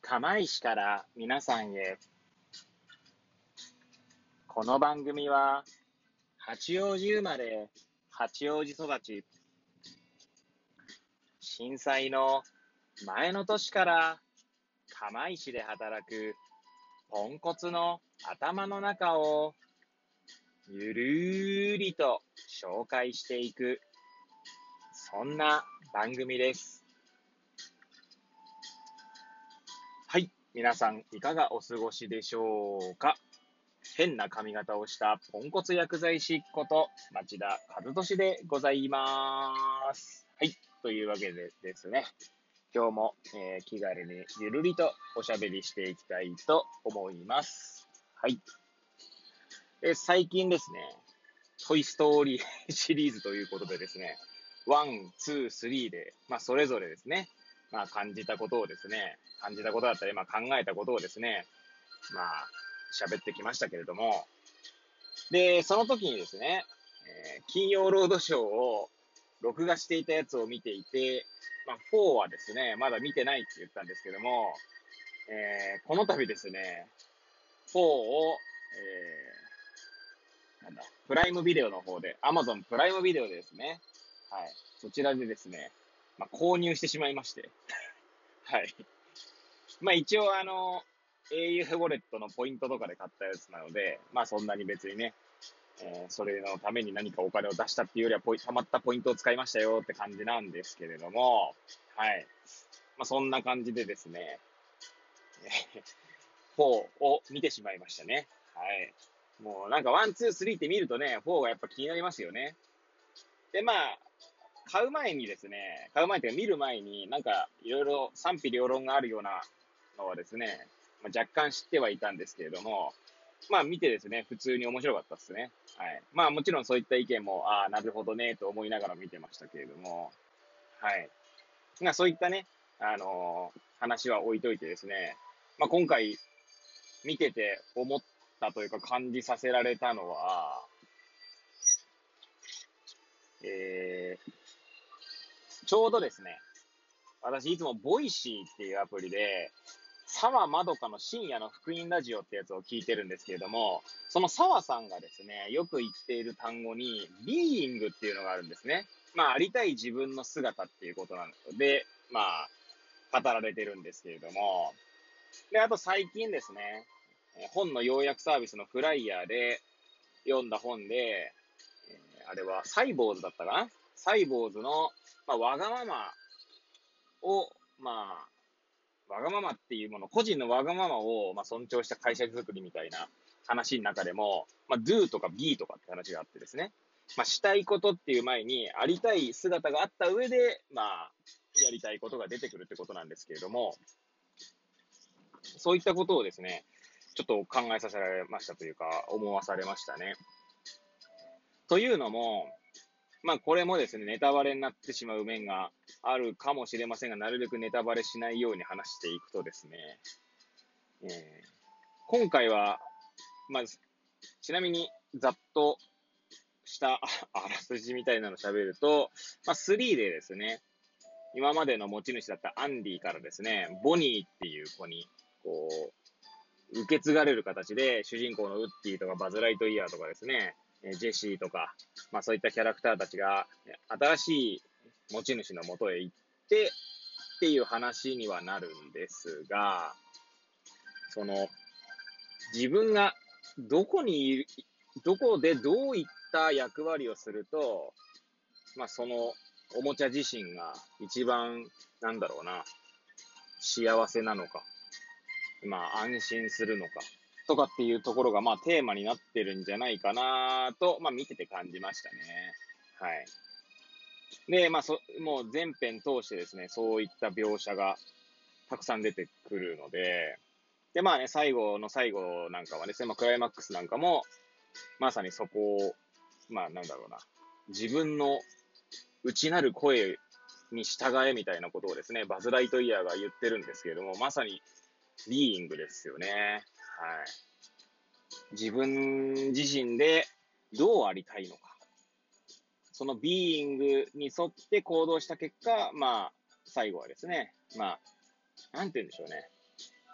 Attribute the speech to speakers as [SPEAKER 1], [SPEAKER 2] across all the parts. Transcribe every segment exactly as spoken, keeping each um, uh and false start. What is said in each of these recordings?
[SPEAKER 1] 釜石から皆さんへ。この番組は八王子生まれ、八王子育ち、震災の前の年から釜石で働くポンコツの頭の中をゆるーりと紹介していく、そんな番組です。はい、皆さんいかがお過ごしでしょうか。変な髪型をしたポンコツ薬剤師こと町田和俊でございます。はい、というわけでですね、今日も、えー、気軽にゆるりとおしゃべりしていきたいと思います。はい。え最近ですね、トイストーリーシリーズということでですね、ワン、ツー、スリーで、まあそれぞれですね、まあ感じたことをですね、感じたことだったり、まあ考えたことをですね、まあ喋ってきましたけれども、で、その時にですね、えー金曜ロードショーを録画していたやつを見ていて、まあ、フォーはですね、まだ見てないって言ったんですけども、えーこの度ですね、フォーを、えーなんだ、プライムビデオの方で、アマゾンプライムビデオでですね、はい、そちらでですね、まあ、購入してしまいまして、はい。まあ一応あの、au ウォレットのポイントとかで買ったやつなので、まあそんなに別にね、えーそれのために何かお金を出したっていうよりはポイ、溜まったポイントを使いましたよって感じなんですけれども、はい。まあそんな感じでですね、フォーを見てしまいましたね。はい。もうなんかワン、ツー、スリーって見るとね、フォーがやっぱ気になりますよね。で、まあ、買う前にですね、買う前っていうか見る前になんかいろいろ賛否両論があるようなのはですね、まあ、若干知ってはいたんですけれども、まあ見てですね、普通に面白かったですね。はい。まあもちろんそういった意見も、ああ、なるほどね、と思いながら見てましたけれども、はい。まあそういったね、あのー話は置いといてですね、まあ今回見てて思ったというか感じさせられたのは、えー、ちょうどですね、私いつもボイシーっていうアプリで、沢まどかの深夜の福音ラジオってやつを聞いてるんですけれども、その沢さんがですね、よく言っている単語に、ビーイングっていうのがあるんですね。まあ、ありたい自分の姿っていうことなので、まあ、語られてるんですけれども、で、あと最近ですね、本の要約サービスのフライヤーで読んだ本で、えーあれはサイボーズだったかなサイボーズの、まあ、わがままを、まあ、わがままっていうもの、個人のわがままを、まあ、尊重した会社づくりみたいな話の中でも、まあ、do とか be とかって話があってですね。まあ、したいことっていう前に、ありたい姿があった上で、まあ、やりたいことが出てくるってことなんですけれども、そういったことをですね、ちょっと考えさせられましたというか、思わされましたね。というのも、まあこれもですね、ネタバレになってしまう面があるかもしれませんが、なるべくネタバレしないように話していくとですね、えー今回は、まず、ちなみにざっとしたああらすじみたいなのを喋ると、まあスリーでですね、今までの持ち主だったアンディからですね、ボニーっていう子に、こう、受け継がれる形で、主人公のウッディとかバズ・ライトイヤーとかですね、ジェシーとか、まあそういったキャラクターたちが、新しい持ち主のもとへ行って、っていう話にはなるんですが、その、自分がどこにいる、どこでどういった役割をすると、まあそのおもちゃ自身が一番、なんだろうな、幸せなのか、まあ安心するのか、とかっていうところがまあテーマになってるんじゃないかなと、まあ見てて感じましたね。はい。で、まあそ、もう全編通してですね、そういった描写がたくさん出てくるので、で、まあね、最後の最後なんかはですね、まあクライマックスなんかも、まさにそこを、まあなんだろうな、自分の内なる声に従えみたいなことをですね、バズ・ライトイヤーが言ってるんですけれども、まさにビーイングですよね。はい。自分自身でどうありたいのか。そのビーイングに沿って行動した結果、まあ、最後はですね、まあ、なんて言うんでしょうね。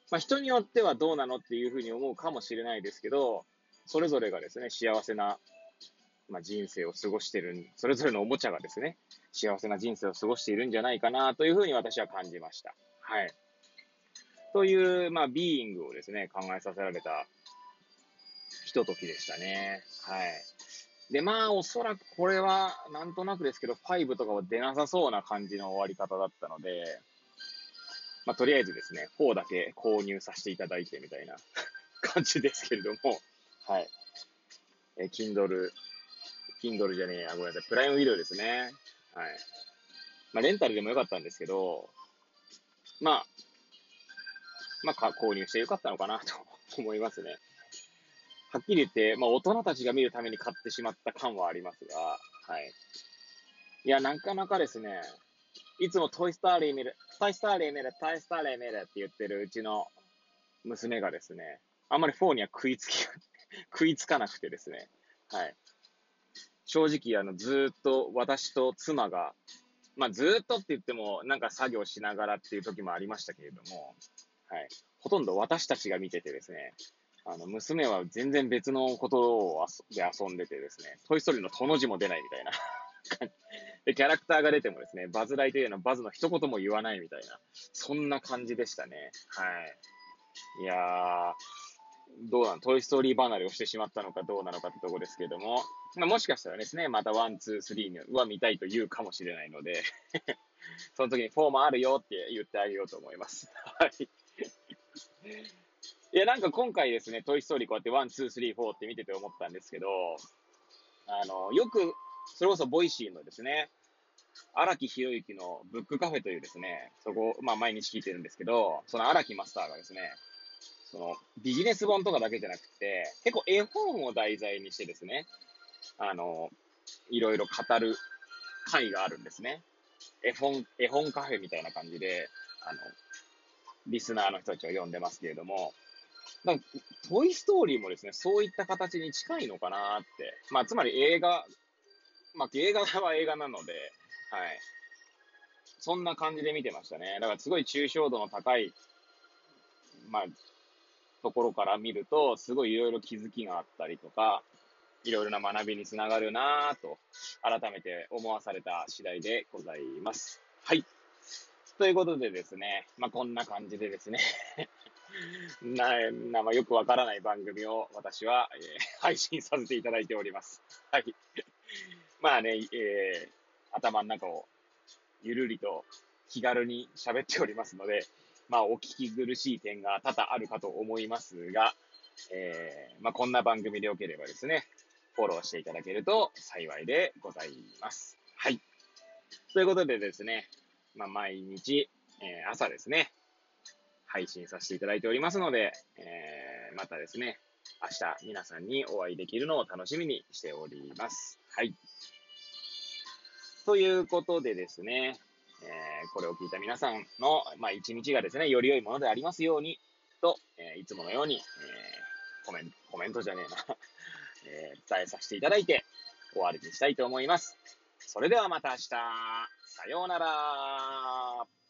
[SPEAKER 1] まあ人によってはどうなのっていうふうに思うかもしれないですけど、それぞれがですね、幸せな、まあ、人生を過ごしている、それぞれのおもちゃがですね、幸せな人生を過ごしているんじゃないかなというふうに私は感じました。はい。という、まあ、ビーイングをですね、考えさせられたひとときでしたね。はい。で、まあ、おそらくこれは、なんとなくですけど、ごとかは出なさそうな感じの終わり方だったので、まあ、とりあえずですね、よんだけ購入させていただいてみたいな感じですけれども、はい。え、Kindle、Kindle じゃねえや、ごめんなさい、プライムビデオですね。はい。まあ、レンタルでもよかったんですけど、まあ、まあ、か購入してよかったのかなと思いますね。はっきり言って、まあ、大人たちが見るために買ってしまった感はありますが、はい。いや、なかなかですね、いつもトイスターリー見る、トイスターリー見る、トイスターリー見るって言ってるうちの娘がですね、あんまりよんには食いつき、食いつかなくてですね、はい。正直、あの、ずーっと私と妻が、まあ、ずーっとって言っても、なんか作業しながらっていう時もありましたけれども、はい。ほとんど私たちが見ててですね、あの、娘は全然別のことをで遊んでてですね、トイストーリーのとの字も出ないみたいな。で、キャラクターが出てもですね、バズライトイヤーのバズの一言も言わないみたいな、そんな感じでしたね。はい。いやー、どうなの、トイストーリー離れをしてしまったのかどうなのかってとこですけれども、まあ、もしかしたらですね、またワン、ツー、スリーは見たいと言うかもしれないので、その時にフォーもあるよって言ってあげようと思います。はい。いや、なんか今回ですね、トイストーリーこうやってワン、ツー、スリー、フォーって見てて思ったんですけど、あの、よく、それこそボイシーのですね、荒木博之のブックカフェというですね、そこ、まあ毎日聞いてるんですけど、その荒木マスターがですね、そのビジネス本とかだけじゃなくて、結構絵本を題材にしてですね、あの、いろいろ語る会があるんですね。絵本、絵本カフェみたいな感じで、あの、リスナーの人たちを呼んでますけれども、なんかトイストーリーもですね、そういった形に近いのかなって。まあ、つまり映画、まあ、映画は映画なので、はい。そんな感じで見てましたね。だからすごい抽象度の高い、まあ、ところから見ると、すごいいろいろ気づきがあったりとか、いろいろな学びにつながるなぁと、改めて思わされた次第でございます。はい。ということでですね、まあ、こんな感じでですねな、な、まあ、よくわからない番組を私は、えー配信させていただいております。はい。まあね、えー頭の中をゆるりと気軽に喋っておりますので、まあ、お聞き苦しい点が多々あるかと思いますが、えーまあ、こんな番組でよければですね、フォローしていただけると幸いでございます。はい。ということでですね、まあ、毎日、えー朝ですね、配信させていただいておりますので、えーまたですね、明日皆さんにお会いできるのを楽しみにしております。はい。ということでですね、えーこれを聞いた皆さんの、まあ、一日がですね、より良いものでありますように、と、えーいつものように、えーコメント、コメントじゃねえな、えー伝えさせていただいて、終わりにしたいと思います。それではまた明日、さようなら。